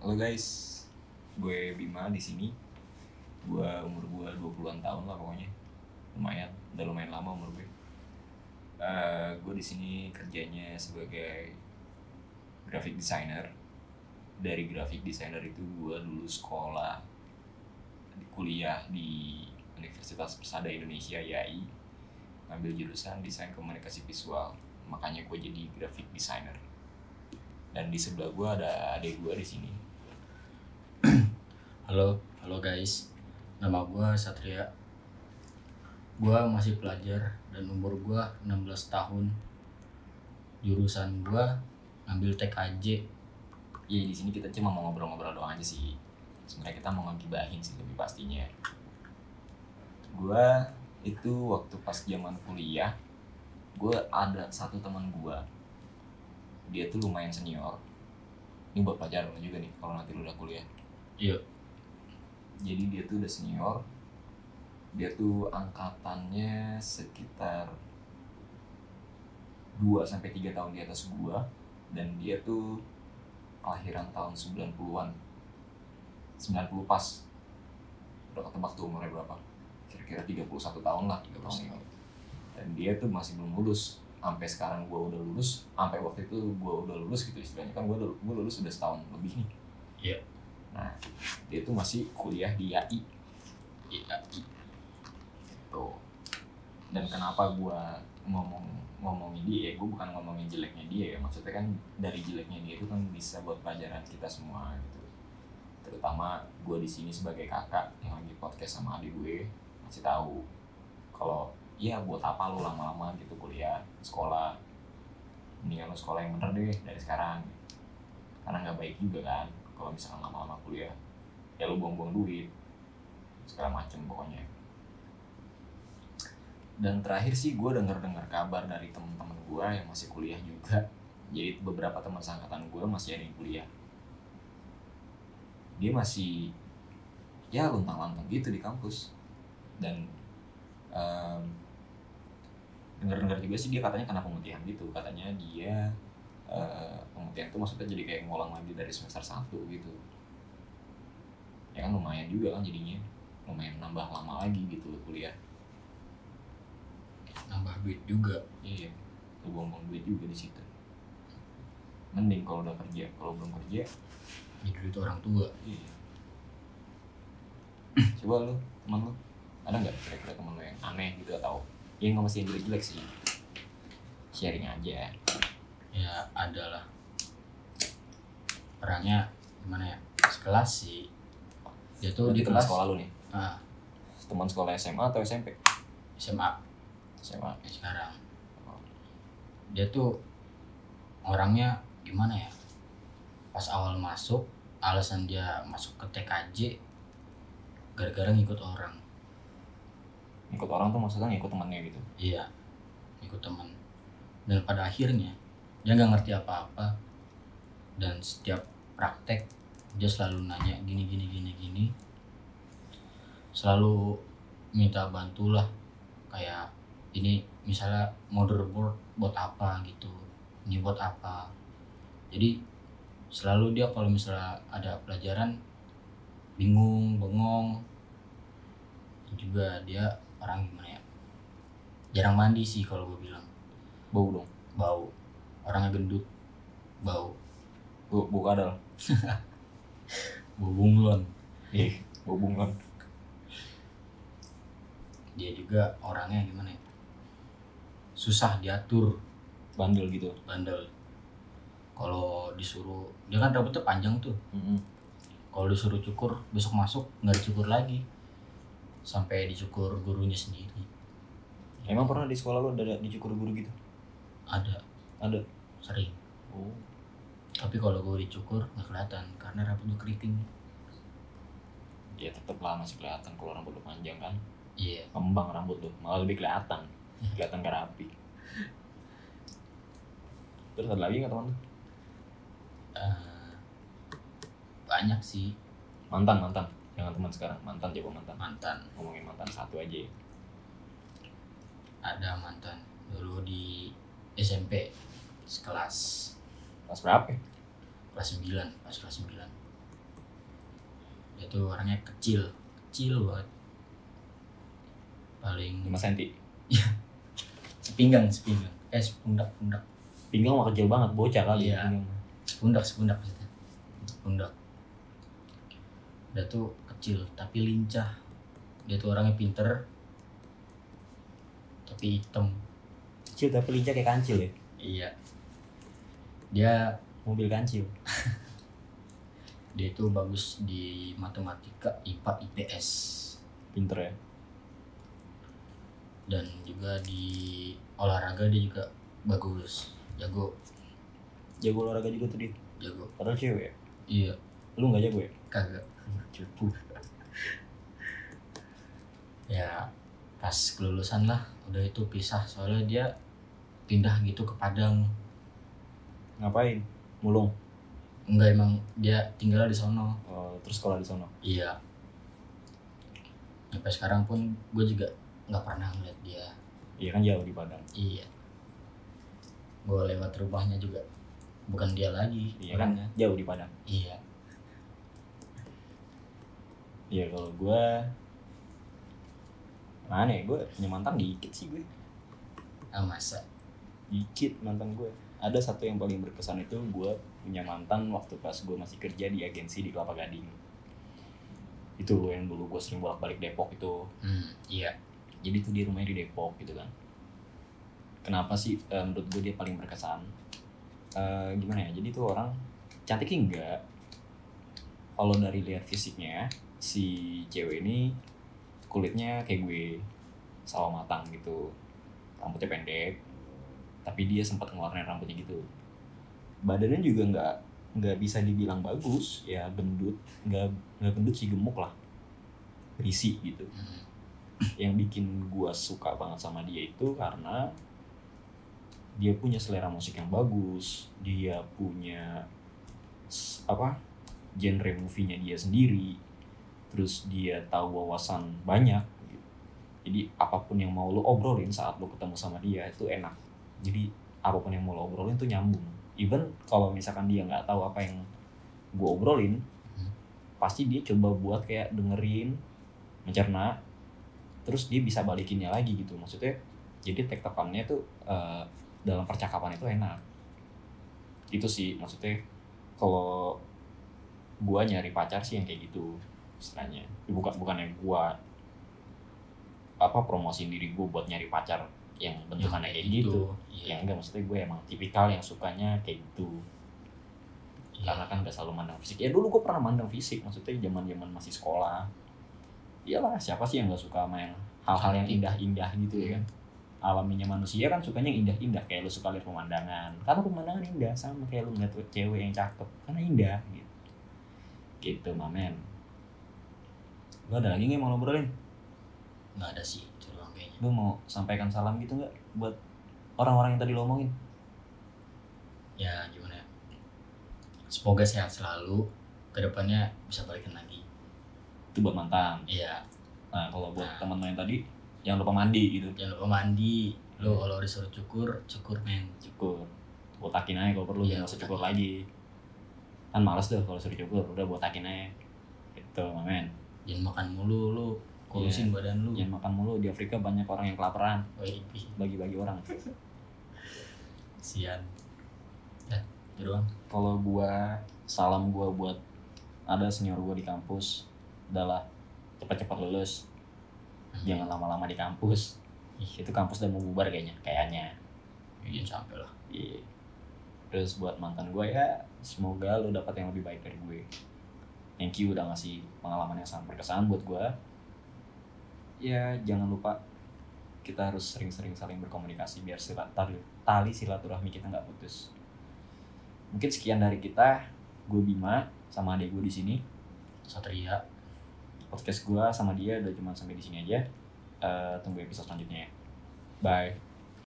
Halo guys, gue Bima di sini. Umur gue 20-an tahun lah pokoknya. Udah lumayan lama umur gue. Gue di sini kerjanya sebagai graphic designer. Dari graphic designer itu gue dulu sekolah kuliah di Universitas Persada Indonesia (YAI), ngambil jurusan desain komunikasi visual. Makanya gue jadi graphic designer. Dan di sebelah gue ada adik gue di sini. Halo guys, nama gue Satria. Gue masih pelajar dan umur gue 16 tahun. Jurusan gue ngambil TKJ. Ya di sini kita cuma mau ngobrol-ngobrol doang aja sih. Sebenarnya kita mau ngegibahin sih lebih pastinya. Gue itu waktu pas zaman kuliah, gue ada satu teman gue. Dia tuh lumayan senior. Ini buat pelajaran juga nih kalau nanti lu udah kuliah. Iya. Jadi dia tuh udah senior. Dia tuh angkatannya sekitar 2-3 tahun di atas gua. Dan dia tuh kelahiran tahun 90-an 90 pas. Udah ketebak tuh umurnya berapa. Kira-kira 31 tahun lah. 31 tahun. Dan dia tuh masih belum lulus. Sampai sekarang gua udah lulus. Sampai waktu itu gua udah lulus gitu istilahnya. Kan gua lulus udah setahun lebih nih. Iya. Nah, dia tuh masih kuliah di YAI. Gitu. Dan kenapa gue ngomongin dia? Gue bukan ngomongin jeleknya dia ya. Maksudnya kan dari jeleknya dia itu kan bisa buat pelajaran kita semua gitu. Terutama gue di sini sebagai kakak yang lagi podcast sama adik gue, masih tahu kalau ya buat apa lo lama-lama gitu kuliah, sekolah. Mendingan lo sekolah yang bener deh dari sekarang. Karena nggak baik juga kan kalau misalkan lama-lama kuliah, ya lu buang-buang duit segala macem pokoknya. Dan terakhir sih gue dengar kabar dari teman-teman gue yang masih kuliah juga. Jadi beberapa teman seangkatan gue masih ada yang kuliah. Dia masih ya luntang-lantung gitu di kampus. Dan dengar juga sih dia katanya kena pemutihan gitu. Katanya dia pemutihan itu maksudnya jadi kayak ngulang lagi dari semester 1 gitu. Ya kan lumayan juga kan jadinya, lumayan nambah lama lagi gitu kuliah. Nambah duit juga. Iya, lu buang-buang duit juga di situ. Mending kalau udah kerja, kalau belum kerja jadi duit orang tua. Iya. Coba lu, teman lu ada nggak kira-kira teman lu yang aneh gitu atau ya nggak mesti yang jelek-jelek sih, sharing aja. Ya ada lah. Orangnya gimana ya? Sekelas sih. Dia tuh di di kelas sekolah lu nih. Teman sekolah SMA atau SMP? SMA sekarang. Dia tuh orangnya gimana ya? Pas awal masuk, alasan dia masuk ke TKJ gara-gara ngikut orang. Ngikut orang tuh maksudnya ngikut temannya gitu? Iya, ngikut teman. Dan pada akhirnya dia nggak ngerti apa-apa. Dan setiap praktek dia selalu nanya gini. Selalu minta bantulah. Kayak ini misalnya motherboard buat apa gitu, ini buat apa. Jadi selalu dia kalau misalnya ada pelajaran bingung, bengong. Juga dia orang gimana ya, jarang mandi sih kalau gue bilang. Bau dong? Bau. Orangnya gendut, bau kadal. bau bunglon. Bau bunglon. Dia juga orangnya gimana ya, susah diatur, bandel gitu. Kalau disuruh, dia kan rambutnya panjang tuh. Kalau disuruh cukur, besok masuk nggak dicukur lagi, sampai dicukur gurunya sendiri. Emang pernah di sekolah lo ada dicukur guru gitu? Ada sering. Tapi kalau gue dicukur nggak kelihatan karena rambut gue keriting. Ya tetep lah masih kelihatan kalau rambut lo panjang kan. Iya. Kembang rambut lo malah lebih kelihatan gak rapi. Terus ada lagi nggak teman lo? Banyak sih. Mantan jangan teman sekarang. Coba mantan ngomongin mantan satu aja ya. Ada mantan dulu di SMP sekelas Kelas berapa? kelas 9. Dia tuh orangnya kecil banget, paling 5 cm. sepinggang sepundak Pinggang mah kecil banget, bocah kali. Iya. Sepundak maksudnya, sepundak. Dia tuh kecil tapi lincah. Dia tuh orangnya pinter tapi hitam. Kecil tapi lincah kayak kancil ya. Iya, dia Mobil kancil. dia tuh bagus di matematika, IPA, IPS, Pinter ya. dan juga di olahraga dia juga bagus, jago. Jago olahraga juga tuh dia. Jago. Padahal cewek ya. Iya, Lu nggak jago ya? kagak. Cupu. Ya pas kelulusan lah, udah itu pisah soalnya dia pindah gitu ke Padang. Ngapain? Mulung. Enggak, emang dia tinggal di sono. Terus sekolah di sono. Iya. Sampai sekarang pun gue juga nggak pernah ngeliat dia. Iya kan jauh di Padang. Iya. Gue lewat rumahnya juga bukan dia lagi. Iya kan jauh di Padang. Iya. Iya kalau gue mana ya, gue punya mantan dikit sih gue. Masa? Dikit mantan gue. Ada satu yang paling berkesan itu gue punya mantan waktu pas gue masih kerja di agensi di Kelapa Gading. Itu yang dulu gue sering bolak-balik Depok itu. Iya. Jadi tuh dia rumahnya di Depok gitu kan. Kenapa sih menurut gue dia paling berkesan? Gimana ya? Jadi tuh orang cantiknya enggak. Kalau dari lihat fisiknya, si cewek ini kulitnya kayak gue, sawo matang gitu. Rambutnya pendek, tapi dia sempat ngeluarin rambutnya gitu. Badannya juga nggak bisa dibilang bagus, ya gendut, nggak gendut sih, gemuk lah, berisi gitu. Yang bikin gua suka banget sama dia itu karena dia punya selera musik yang bagus, dia punya genre movie-nya dia sendiri, terus dia tahu wawasan banyak gitu. Jadi apapun yang mau lo obrolin saat lo ketemu sama dia itu enak. Jadi apapun yang mau lo obrolin tuh nyambung. Even kalau misalkan dia nggak tahu apa yang gue obrolin, pasti dia coba buat kayak dengerin, mencerna, terus dia bisa balikinnya lagi gitu. Maksudnya jadi tektokannya tuh dalam percakapan itu enak. Itu sih maksudnya kalau gue nyari pacar sih yang kayak gitu istilahnya. Bukannya gue promosiin diri gue buat nyari pacar yang bentukannya kayak gitu. Iya. Ya enggak, maksudnya gue emang tipikal yang sukanya kayak gitu. Iya. Karena kan gak selalu mandang fisik. Ya dulu gue pernah mandang fisik, maksudnya zaman masih sekolah. Iyalah, siapa sih yang gak suka sama yang hal-hal yang indah-indah gitu ya kan. Alaminya manusia kan sukanya yang indah-indah, kayak lu suka lihat pemandangan. Karena pemandangan indah, sama kayak lu ngeliat cewek yang cakep, karena indah gitu. Gitu, mamen. Lu ada lagi gak yang mau ngobrolin? Nggak ada sih, itu doang kayaknya. Lu mau sampaikan salam gitu gak buat orang-orang yang tadi lo omongin? Ya gimana ya, semoga sehat selalu, kedepannya bisa balikan lagi. Itu buat mantan. Iya. Nah kalau buat temen lo yang tadi, jangan lupa mandi gitu. Jangan lupa mandi. Lo kalau disuruh cukur men. Cukur, botakin aja kalau perlu, jangan usah cukur lagi. Kan males tuh kalau suruh cukur, udah botakin aja. Gitu, mamen. Jangan makan mulu lu, kurusin badan lu. Jangan makan mulu, di Afrika banyak orang yang kelaparan. Bagi-bagi orang. Sian. Ya, itu doang. Kalau salam gua buat ada senior gua di kampus, adalah cepat-cepat lulus. Jangan lama-lama di kampus. Itu kampus udah mau bubar kayaknya. Jangan sampai lah. Iya. Terus buat mantan gue ya, semoga lo dapat yang lebih baik dari gue. Thank you udah ngasih pengalaman yang sangat berkesan buat gue. Ya jangan lupa kita harus sering-sering saling berkomunikasi biar tali silaturahmi kita nggak putus. Mungkin sekian dari kita. Gue Bima sama adik gue di sini. Satria. Podcast gue sama dia udah cuma sampai di sini aja. Tunggu episode selanjutnya ya. Bye.